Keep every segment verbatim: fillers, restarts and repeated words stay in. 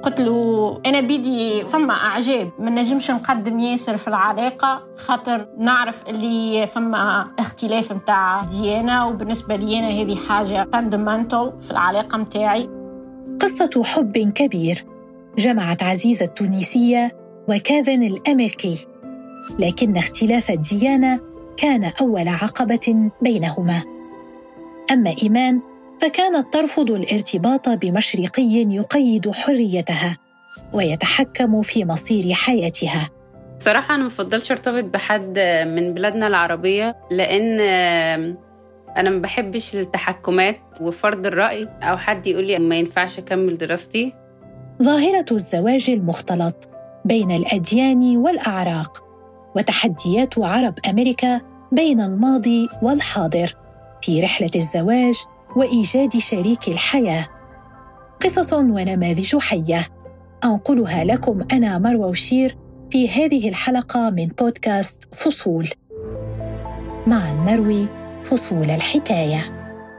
قلت له أنا بدي فما أعجاب ما نجمش نقدم ياسر في العلاقة خاطر نعرف اللي فما اختلاف متاع ديانة، وبالنسبة لي أنا هذه حاجة fundamental في العلاقة متاعي. قصة حب كبير جمعت عزيزة التونسية وكيفن الأمريكي، لكن اختلاف الديانة كان أول عقبة بينهما. أما إيمان فكانت ترفض الارتباط بمشرقي يقيد حريتها ويتحكم في مصير حياتها. صراحة أنا مفضلش ارتبط بحد من بلادنا العربية، لأن أنا ما بحبش التحكمات وفرض الرأي أو حد يقول لي ما ينفعش أكمل دراستي. ظاهرة الزواج المختلط بين الأديان والأعراق وتحديات عرب أمريكا بين الماضي والحاضر في رحلة الزواج وإيجاد شريك الحياة. قصص ونماذج حية أنقلها لكم أنا مروى وشير في هذه الحلقة من بودكاست فصول. معا نروي فصول الحكاية.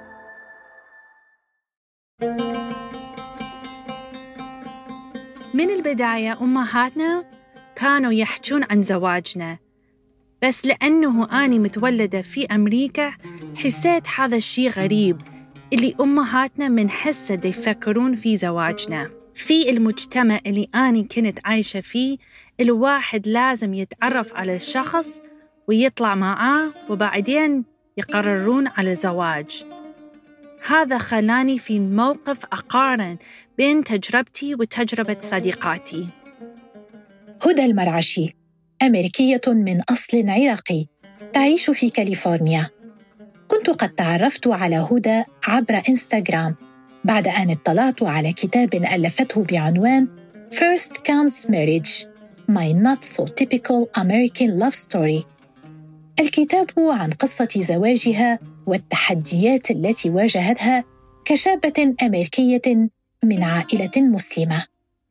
من البداية أمهاتنا كانوا يحجون عن زواجنا، بس لأنه أنا متولدة في أمريكا حسيت هذا الشيء غريب اللي أمهاتنا من حسة يفكرون في زواجنا. في المجتمع اللي أنا كنت عايشة فيه الواحد لازم يتعرف على الشخص ويطلع معاه وبعدين يقررون على زواج. هذا خلاني في موقف أقارن بين تجربتي وتجربة صديقاتي. هدى المرعشي أمريكية من أصل عراقي تعيش في كاليفورنيا. كنت قد تعرفت على هدى عبر إنستغرام بعد أن اطلعت على كتاب ألفته بعنوان First Comes Marriage My Not So Typical American Love Story. الكتاب عن قصة زواجها والتحديات التي واجهتها كشابة أمريكية من عائلة مسلمة.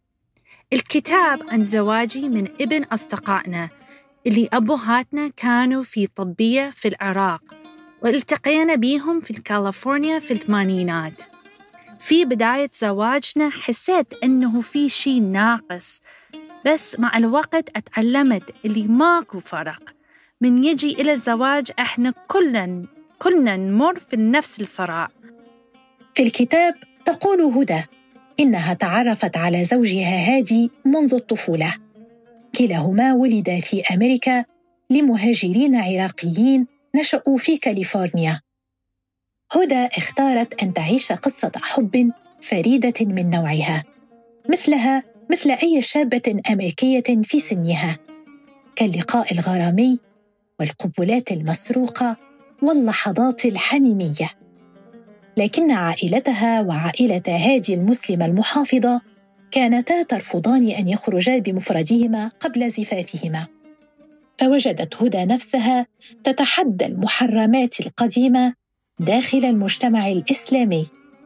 الكتاب عن زواجي من ابن أصدقائنا اللي أبوهاتنا كانوا في طبية في العراق، والتقينا بيهم في كاليفورنيا في الثمانينات. في بداية زواجنا حسيت أنه في شيء ناقص، بس مع الوقت أتعلمت اللي ماكو فرق. من يجي إلى الزواج إحنا كلنا كلنا نمر في نفس الصراع. في الكتاب تقول هدى إنها تعرفت على زوجها هادي منذ الطفولة. كلاهما ولدا في أمريكا لمهاجرين عراقيين نشأوا في كاليفورنيا. هدى اختارت أن تعيش قصة حب فريدة من نوعها، مثلها مثل أي شابة أمريكية في سنها، كاللقاء الغرامي والقبلات المسروقة واللحظات الحميمية. لكن عائلتها وعائلة هادي المسلمة المحافظة كانتا ترفضان أن يخرجا بمفردهما قبل زفافهما، فوجدت هدى نفسها تتحدى المحرمات القديمة داخل المجتمع الإسلامي.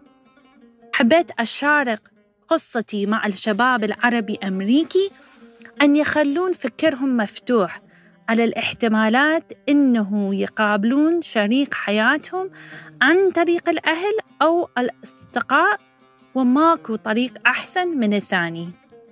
حبيت أشارك قصتي مع الشباب العربي أمريكي أن يخلون فكرهم مفتوح على الاحتمالات إنه يقابلون شريك حياتهم عن طريق الأهل أو الأصدقاء، وماكو طريق أحسن من الثاني.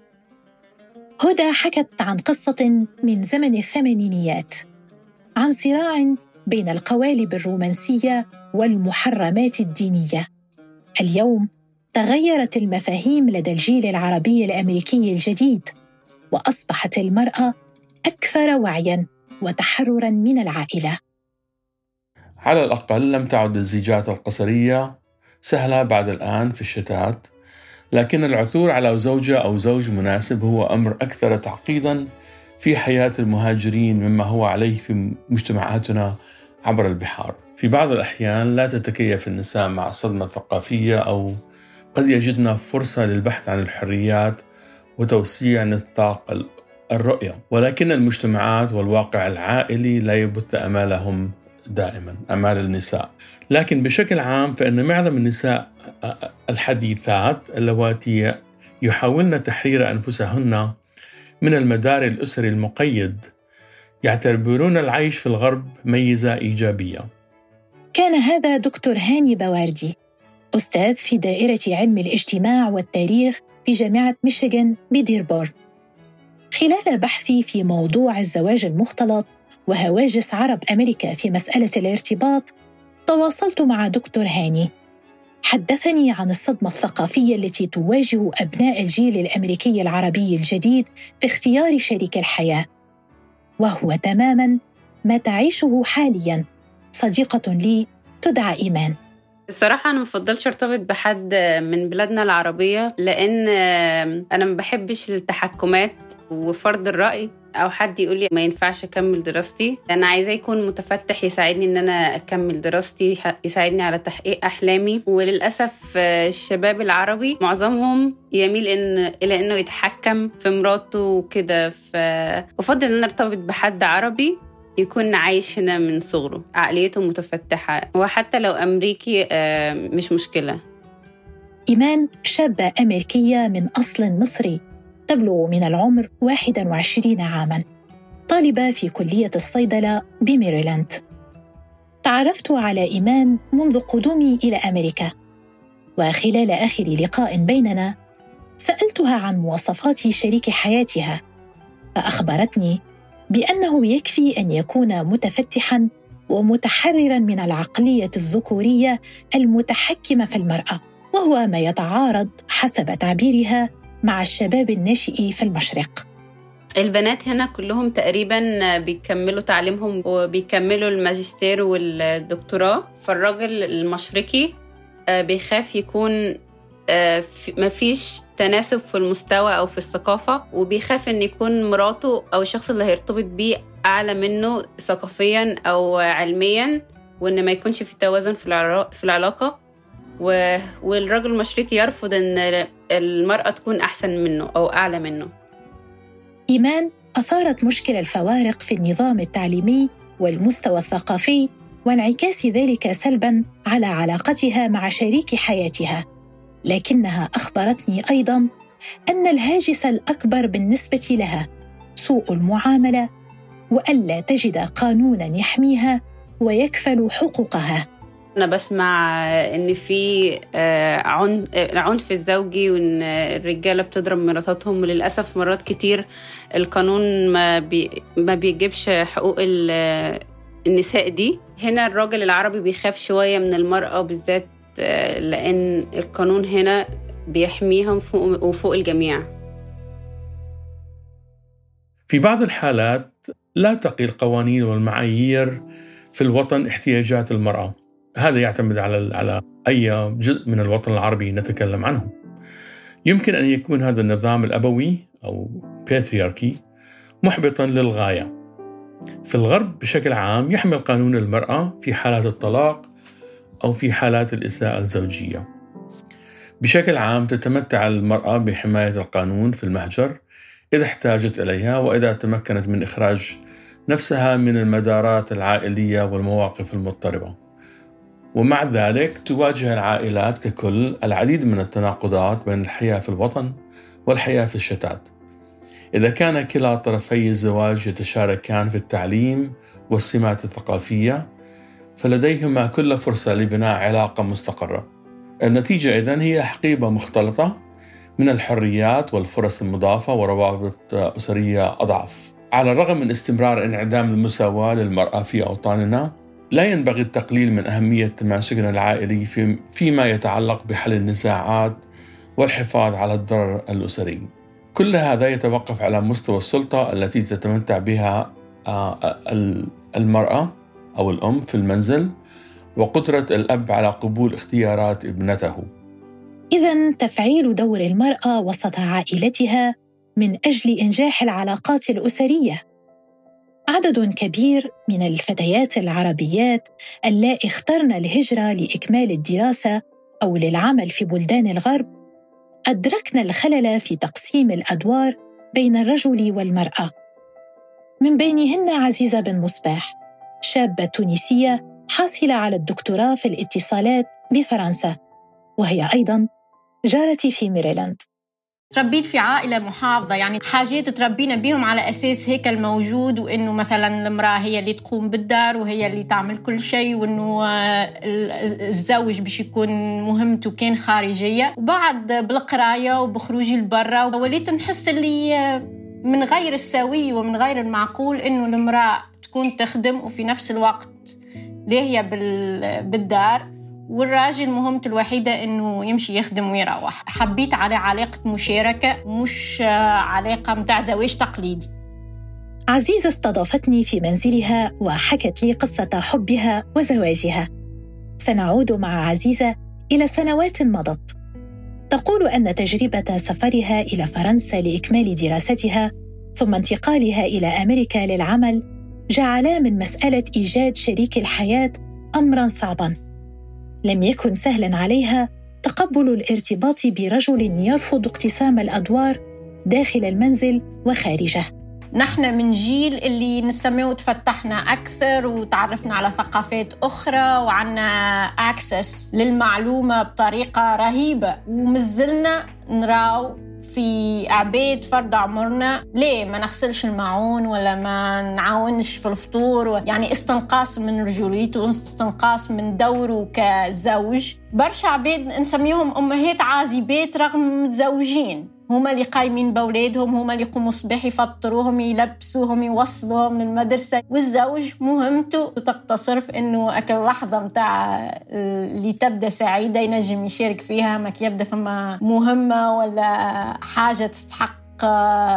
هدى حكت عن قصة من زمن الثمانينيات، عن صراع بين القوالب الرومانسية والمحرمات الدينية. اليوم تغيرت المفاهيم لدى الجيل العربي الأمريكي الجديد، وأصبحت المرأة أكثر وعياً وتحرراً من العائلة. على الأقل لم تعد الزيجات القسرية سهلة بعد الآن في الشتات، لكن العثور على زوجة أو زوج مناسب هو أمر أكثر تعقيداً في حياة المهاجرين مما هو عليه في مجتمعاتنا عبر البحار. في بعض الأحيان لا تتكيف النساء مع الصدمة الثقافية، أو قد يجدن فرصة للبحث عن الحريات وتوسيع نطاق الرؤية، ولكن المجتمعات والواقع العائلي لا يبث أمالهم دائما، أمال النساء. لكن بشكل عام فإن معظم النساء الحديثات اللواتي يحاولن تحرير أنفسهن من المدار الأسري المقيد يعتبرون العيش في الغرب ميزة إيجابية. كان هذا دكتور هاني بواردي، أستاذ في دائرة علم الاجتماع والتاريخ في جامعة ميشيغان بديربورن. خلال بحثي في موضوع الزواج المختلط وهواجس عرب أمريكا في مسألة الارتباط، تواصلت مع دكتور هاني. حدثني عن الصدمة الثقافية التي تواجه أبناء الجيل الأمريكي العربي الجديد في اختيار شريك الحياة، وهو تماماً ما تعيشه حالياً صديقة لي تدعى إيمان. الصراحة أنا مفضلش أرتبط بحد من بلادنا العربية، لأن أنا ما بحبش التحكمات وفرض الرأي، أو حد يقول لي ما ينفعش أكمل دراستي. أنا عايزة يكون متفتح، يساعدني إن أنا أكمل دراستي، يساعدني على تحقيق أحلامي. وللأسف الشباب العربي معظمهم يميل إن إلى إنه يتحكم في مراته وكده. فأفضل إن أنا أرتبط بحد عربي يكون عايش هنا من صغره، عقليته متفتحة، وحتى لو أمريكي مش مشكلة. إيمان شابة أمريكية من أصل مصري، تبلغ من العمر واحد وعشرين عاماً، طالبة في كلية الصيدلة بميريلاند. تعرفت على إيمان منذ قدومي إلى أمريكا، وخلال آخر لقاء بيننا سألتها عن مواصفات شريك حياتها، فأخبرتني بأنه يكفي أن يكون متفتحاً ومتحرراً من العقلية الذكورية المتحكمة في المرأة، وهو ما يتعارض حسب تعبيرها مع الشباب الناشئ في المشرق. البنات هنا كلهم تقريباً بيكملوا تعليمهم وبيكملوا الماجستير والدكتوراه، فالراجل المشرقي بيخاف يكون ما فيش تناسب في المستوى أو في الثقافة، وبيخاف أن يكون مراته أو الشخص اللي هيرتبط بيه أعلى منه ثقافياً أو علمياً، وأن ما يكونش في توازن في العلاقة. والرجل المشرقي يرفض أن المرأة تكون أحسن منه أو أعلى منه. إيمان أثارت مشكلة الفوارق في النظام التعليمي والمستوى الثقافي، وانعكاس ذلك سلباً على علاقتها مع شريك حياتها، لكنها أخبرتني أيضاً أن الهاجس الأكبر بالنسبة لها سوء المعاملة، وألا تجد قانوناً يحميها ويكفل حقوقها. أنا بسمع إن في عنف الزوجي، وإن الرجالة بتضرب مراتاتهم، وللأسف مرات كتير القانون ما, بي ما بيجيبش حقوق النساء دي. هنا الراجل العربي بيخاف شوية من المرأة بالذات، لأن القانون هنا بيحميهم فوق وفوق الجميع. في بعض الحالات لا تقي القوانين والمعايير في الوطن احتياجات المرأة. هذا يعتمد على على أي جزء من الوطن العربي نتكلم عنه. يمكن أن يكون هذا النظام الأبوي أو باترياركي محبطاً للغاية. في الغرب بشكل عام يحمل قانون المرأة في حالات الطلاق أو في حالات الإساءة الزوجية. بشكل عام تتمتع المرأة بحماية القانون في المهجر إذا احتاجت إليها، وإذا تمكنت من إخراج نفسها من المدارات العائلية والمواقف المضطربة. ومع ذلك تواجه العائلات ككل العديد من التناقضات بين الحياة في الوطن والحياة في الشتات. إذا كان كلا طرفي الزواج يتشاركان في التعليم والسمات الثقافية، فلديهما كل فرصة لبناء علاقة مستقرة. النتيجة إذن هي حقيبة مختلطة من الحريات والفرص المضافة وروابط أسرية أضعف. على الرغم من استمرار انعدام المساواة للمرأة في أوطاننا، لا ينبغي التقليل من أهمية تماسكنا العائلي في فيما يتعلق بحل النزاعات والحفاظ على الضرر الأسري. كل هذا يتوقف على مستوى السلطة التي تتمتع بها المرأة أو الأم في المنزل، وقدرة الأب على قبول اختيارات ابنته. إذن تفعيل دور المرأة وسط عائلتها من أجل إنجاح العلاقات الأسرية. عدد كبير من الفتيات العربيات اللائي اخترن الهجرة لإكمال الدراسة أو للعمل في بلدان الغرب أدركن الخلل في تقسيم الأدوار بين الرجل والمرأة. من بينهن عزيزة بن مصباح، شابة تونسية حاصلة على الدكتوراه في الاتصالات بفرنسا، وهي أيضاً جارتي في ميريلاند. تربيت في عائلة محافظة، يعني حاجات تربينا بيهم على أساس هيك الموجود، وإنه مثلا المرأة هي اللي تقوم بالدار وهي اللي تعمل كل شيء، وإنه الزوج بش يكون مهمته كان خارجية. وبعد بالقراية وبخروجي لبرا وليت نحس اللي من غير السوي ومن غير المعقول إنه المرأة تكون تخدم وفي نفس الوقت ليه هي بالدار، والراجل مهمته الوحيدة إنه يمشي يخدم ويروح. حبيت على علاقة مشاركة مش علاقة متاع زواج تقليدي. عزيزة استضافتني في منزلها وحكت لي قصة حبها وزواجها. سنعود مع عزيزة إلى سنوات مضت. تقول أن تجربة سفرها إلى فرنسا لإكمال دراستها ثم انتقالها إلى أمريكا للعمل جعلا من مسألة إيجاد شريك الحياة أمراً صعباً. لم يكن سهلاً عليها تقبل الارتباط برجل يرفض اقتسام الأدوار داخل المنزل وخارجه. نحن من جيل اللي نسميه تفتحنا أكثر وتعرفنا على ثقافات أخرى وعنا أكسس للمعلومة بطريقة رهيبة، ومزلنا نراو في عبيد فرد عمرنا ليه ما نغسلش المعون ولا ما نعاونش في الفطور، يعني استنقاص من رجوليته، استنقاص من دوره كزوج. برشا عبيد نسميهم أمهات عازبات رغم متزوجين، هما اللي قايمين بأولادهم، هما اللي يقوموا الصباح يفطروهم يلبسوهم يوصلوهم للمدرسة، والزوج مهمته تقتصر في إنه أكل لحظة متاع اللي تبدأ سعيدة ينجم يشارك فيها، ما يبدأ فما مهمة ولا حاجة تستحق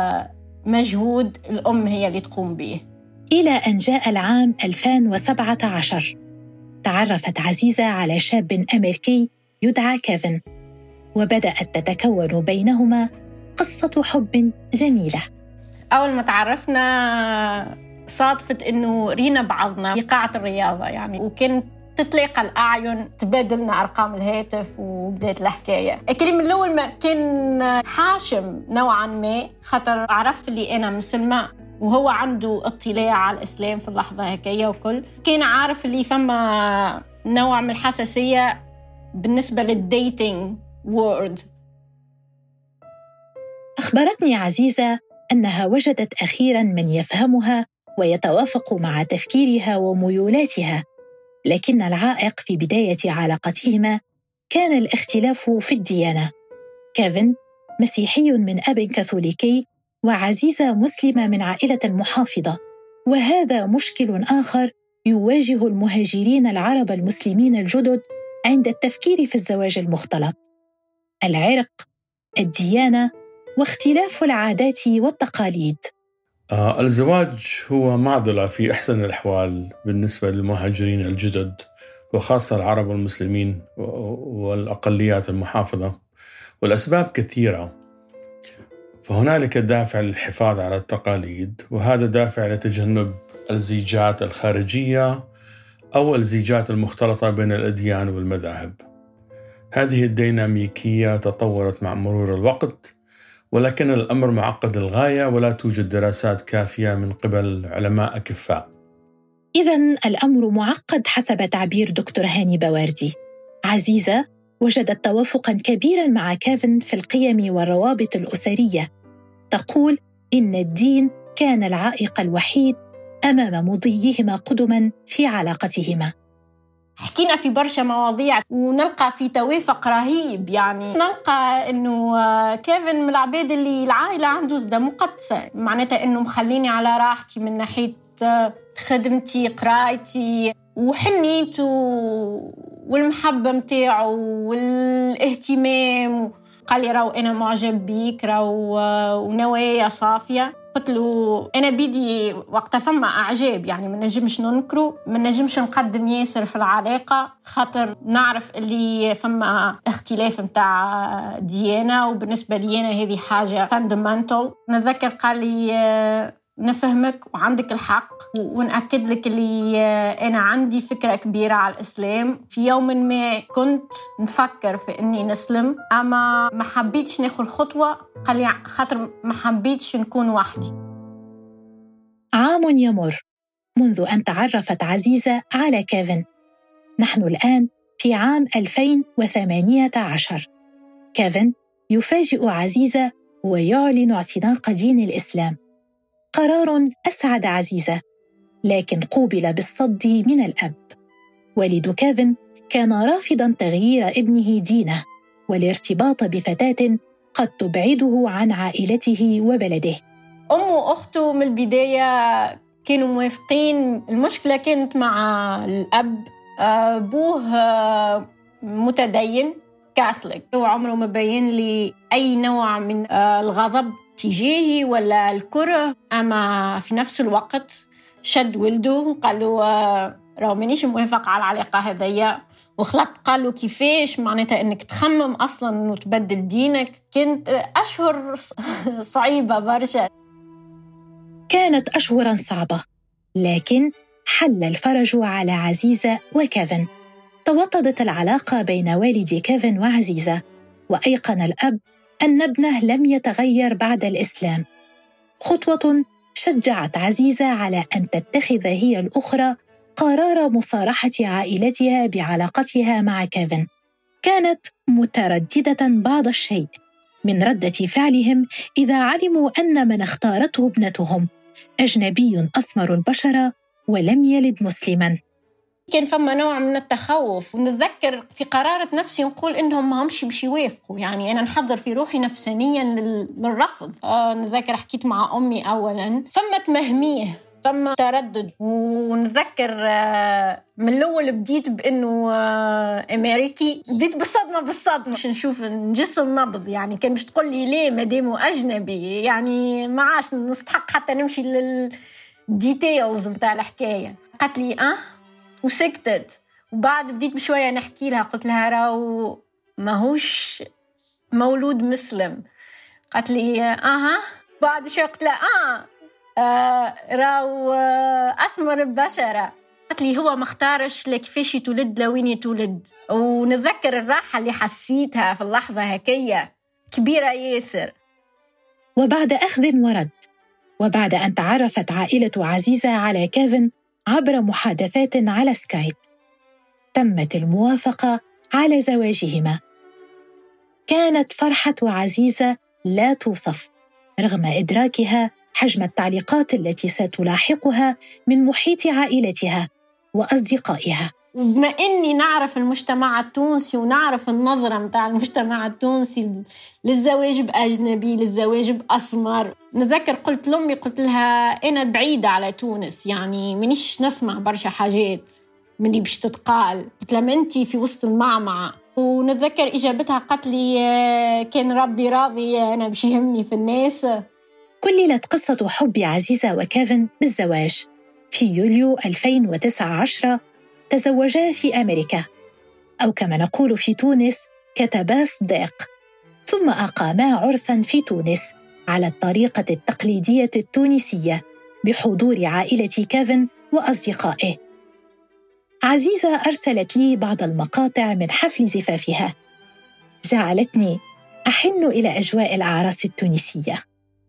مجهود الأم هي اللي تقوم به. إلى أن جاء العام ألفين وسبعة عشر تعرفت عزيزة على شاب أمريكي يدعى كيفن، وبدأت تتكون بينهما قصة حب جميلة. أول ما تعرفنا صادفت إنه رينا بعضنا في قاعة الرياضة يعني، وكانت تتلاقى الأعين، تبادلنا أرقام الهاتف وبدأت الحكاية. الكلمة الأول ما كان حاشم نوعاً ما، خاطر عرف اللي أنا مسلمة وهو عنده اطلاع على الإسلام في اللحظة هكاية، وكل كان عارف اللي فما نوع من الحساسية بالنسبة للديتينج وورد. أخبرتني عزيزة أنها وجدت أخيراً من يفهمها ويتوافق مع تفكيرها وميولاتها، لكن العائق في بداية علاقتهما كان الاختلاف في الديانة. كيفن مسيحي من أب كاثوليكي وعزيزة مسلمة من عائلة محافظة، وهذا مشكل آخر يواجه المهاجرين العرب المسلمين الجدد عند التفكير في الزواج المختلط: العرق، الديانة، واختلاف العادات والتقاليد. آه الزواج هو معضلة في أحسن الأحوال بالنسبة للمهاجرين الجدد، وخاصة العرب والمسلمين والأقليات المحافظة، والأسباب كثيرة. فهنالك دافع للحفاظ على التقاليد، وهذا دافع لتجنب الزيجات الخارجية أو الزيجات المختلطة بين الأديان والمذاهب. هذه الديناميكية تطورت مع مرور الوقت، ولكن الأمر معقد للغاية ولا توجد دراسات كافية من قبل علماء أكفاء. إذن الأمر معقد حسب تعبير دكتور هاني بواردي. عزيزة وجدت توافقاً كبيراً مع كيفن في القيم والروابط الأسرية. تقول إن الدين كان العائق الوحيد أمام مضيهما قدماً في علاقتهما. حكينا في برشا مواضيع ونلقى في توافق رهيب، يعني نلقى إنه كيفن من العباد اللي العائلة عنده زدة مقدسة، معناتها إنه مخليني على راحتي من ناحية خدمتي قرايتي وحنيته والمحبة متاعه والاهتمام. قال لي راو أنا معجب بيك، راو ونوايا صافية. قلت له أنا بيدي وقت فما أعجاب، يعني ما نجمش ننكره، ما نجمش نقدم ياسر في العلاقة، خاطر نعرف اللي فما اختلاف متاع ديانة، وبالنسبة لي أنا هذه حاجة fundamental. نتذكر قال لي نفهمك وعندك الحق، ونأكد لك اللي أنا عندي فكرة كبيرة على الإسلام. في يوم ما كنت نفكر في أني نسلم، أما ما حبيتش ناخد خطوة، قال لي خاطر ما حبيتش نكون وحدي. عام يمر منذ أن تعرفت عزيزة على كيفن. نحن الآن في عام ألفين وثمانية عشر. كيفن يفاجئ عزيزة ويعلن اعتناق دين الإسلام. قرار أسعد عزيزة، لكن قوبل بالصد من الأب. والد كيفن كان رافضاً تغيير ابنه دينه والارتباط بفتاة قد تبعده عن عائلته وبلده. أمه وأخته من البداية كانوا موافقين. المشكلة كانت مع الأب. أبوه متدين كاثوليك، هو عمره ما بين لي أي نوع من الغضب تجاهي ولا الكره، أما في نفس الوقت شد ولده وقال له راهو مانيش موافق على العلاقة هذية، وخلط قال له كيفاش معناتها إنك تخمم أصلاً إنه تبدل دينك. كانت أشهر صعيبة برشا. كانت أشهراً صعبة، لكن حل الفرج على عزيزة وكيفن. توطدت العلاقة بين والد كيفن وعزيزة، وأيقن الأب أن ابنه لم يتغير بعد الإسلام. خطوة شجعت عزيزة على أن تتخذ هي الأخرى قرار مصارحة عائلتها بعلاقتها مع كيفن. كانت مترددة بعض الشيء من ردة فعلهم إذا علموا أن من اختارته ابنتهم أجنبي أسمر البشرة ولم يلد مسلماً. كان فما نوع من التخوف، ونتذكر في قرارة نفسي نقول إنهم ما همش بشي يوافقوا، يعني أنا نحضر في روحي نفسانياً للرفض. آه نتذكر حكيت مع أمي أولاً، فما تمهميه، فما تردد. ونتذكر آه من الأول بديت بأنه آه أمريكي، بديت بالصدمة بالصدمة مش نشوف نجس النبض. يعني كان مش تقول لي ليه مدامه أجنبي، يعني ما عاش نستحق حتى نمشي للديتيلز متاع الحكاية. قالت لي أه وسكتت. وبعد بديت بشوية نحكي لها، قلت لها راو ماهوش مولود مسلم. قالت لي أها. بعد شوية قلت لها آه, آه راو آه أسمر البشرة. قالت لي هو مختارش لكيفاش يتولد لوين يتولد. ونتذكر الراحة اللي حسيتها في اللحظة هكية كبيرة ياسر. وبعد أخذ ورد، وبعد أن تعرفت عائلة عزيزة على كيفن عبر محادثات على سكايب، تمت الموافقة على زواجهما. كانت فرحة عزيزة لا توصف رغم إدراكها حجم التعليقات التي ستلاحقها من محيط عائلتها وأصدقائها. بما إني نعرف المجتمع التونسي ونعرف النظرة متاع المجتمع التونسي للزواج بأجنبي، للزواج بأسمر، نذكر قلت لأمي، قلت لها أنا بعيدة على تونس، يعني منيش نسمع برشا حاجات من اللي بيش تتقال. قلت لها أنتي في وسط المعمعة. ونتذكر إجابتها قالت لي كان ربي راضي أنا بش يهمني في الناس. كللت قصة حب عزيزة وكيفن بالزواج. في يوليو ألفين وتسعة عشر تزوجا في أمريكا، أو كما نقول في تونس كتبا صداق، ثم أقاما عرساً في تونس على الطريقة التقليدية التونسية بحضور عائلة كيفن وأصدقائه. عزيزة أرسلت لي بعض المقاطع من حفل زفافها، جعلتني أحن إلى أجواء الأعراس التونسية.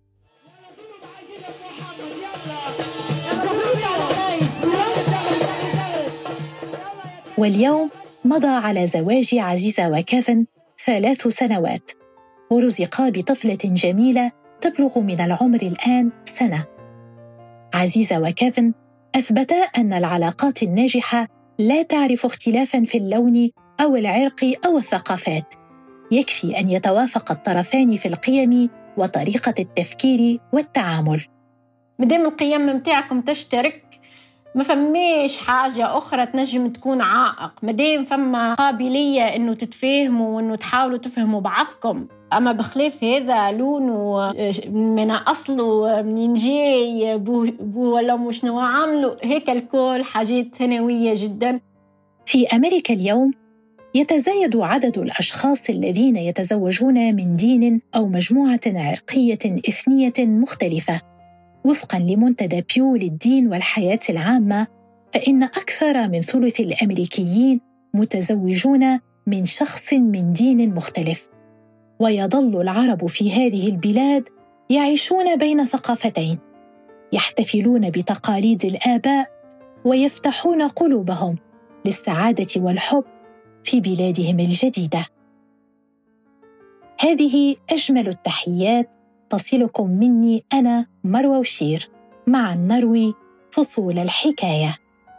واليوم مضى على زواج عزيزة وكيفن ثلاث سنوات، ورزقا بطفلة جميلة تبلغ من العمر الآن سنة. عزيزة وكيفن أثبتا أن العلاقات الناجحة لا تعرف اختلافاً في اللون أو العرق أو الثقافات، يكفي أن يتوافق الطرفان في القيم وطريقة التفكير والتعامل. مدام القيم متاعكم تشترك، ما فماش حاجة أخرى تنجم تكون عائق. مدام فما قابلية إنه تتفاهموا وإنه تحاولوا تفهموا بعضكم. أما بخلاف هذا لونه من أصله منين جاي بو, بو ولا مش نوع عامله، هيك الكل حاجات ثانوية جدا. في أمريكا اليوم يتزايد عدد الأشخاص الذين يتزوجون من دين أو مجموعة عرقية إثنية مختلفة. وفقاً لمنتدى بيو للدين والحياة العامة، فإن أكثر من ثلث الأمريكيين متزوجون من شخص من دين مختلف. ويظل العرب في هذه البلاد يعيشون بين ثقافتين، يحتفلون بتقاليد الآباء ويفتحون قلوبهم للسعادة والحب في بلادهم الجديدة. هذه أجمل التحيات تصلكم مني أنا مروى وشير. معا نروي فصول الحكاية.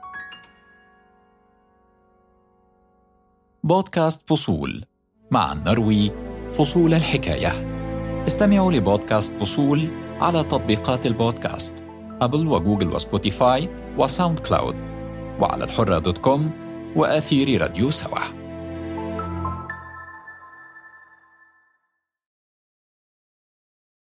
بودكاست فصول، معا نروي فصول الحكاية. استمعوا لبودكاست فصول على تطبيقات البودكاست أبل وجوجل وسبوتيفاي وساوند كلاود، وعلى الحرة دوت كوم وآثير راديو سوا.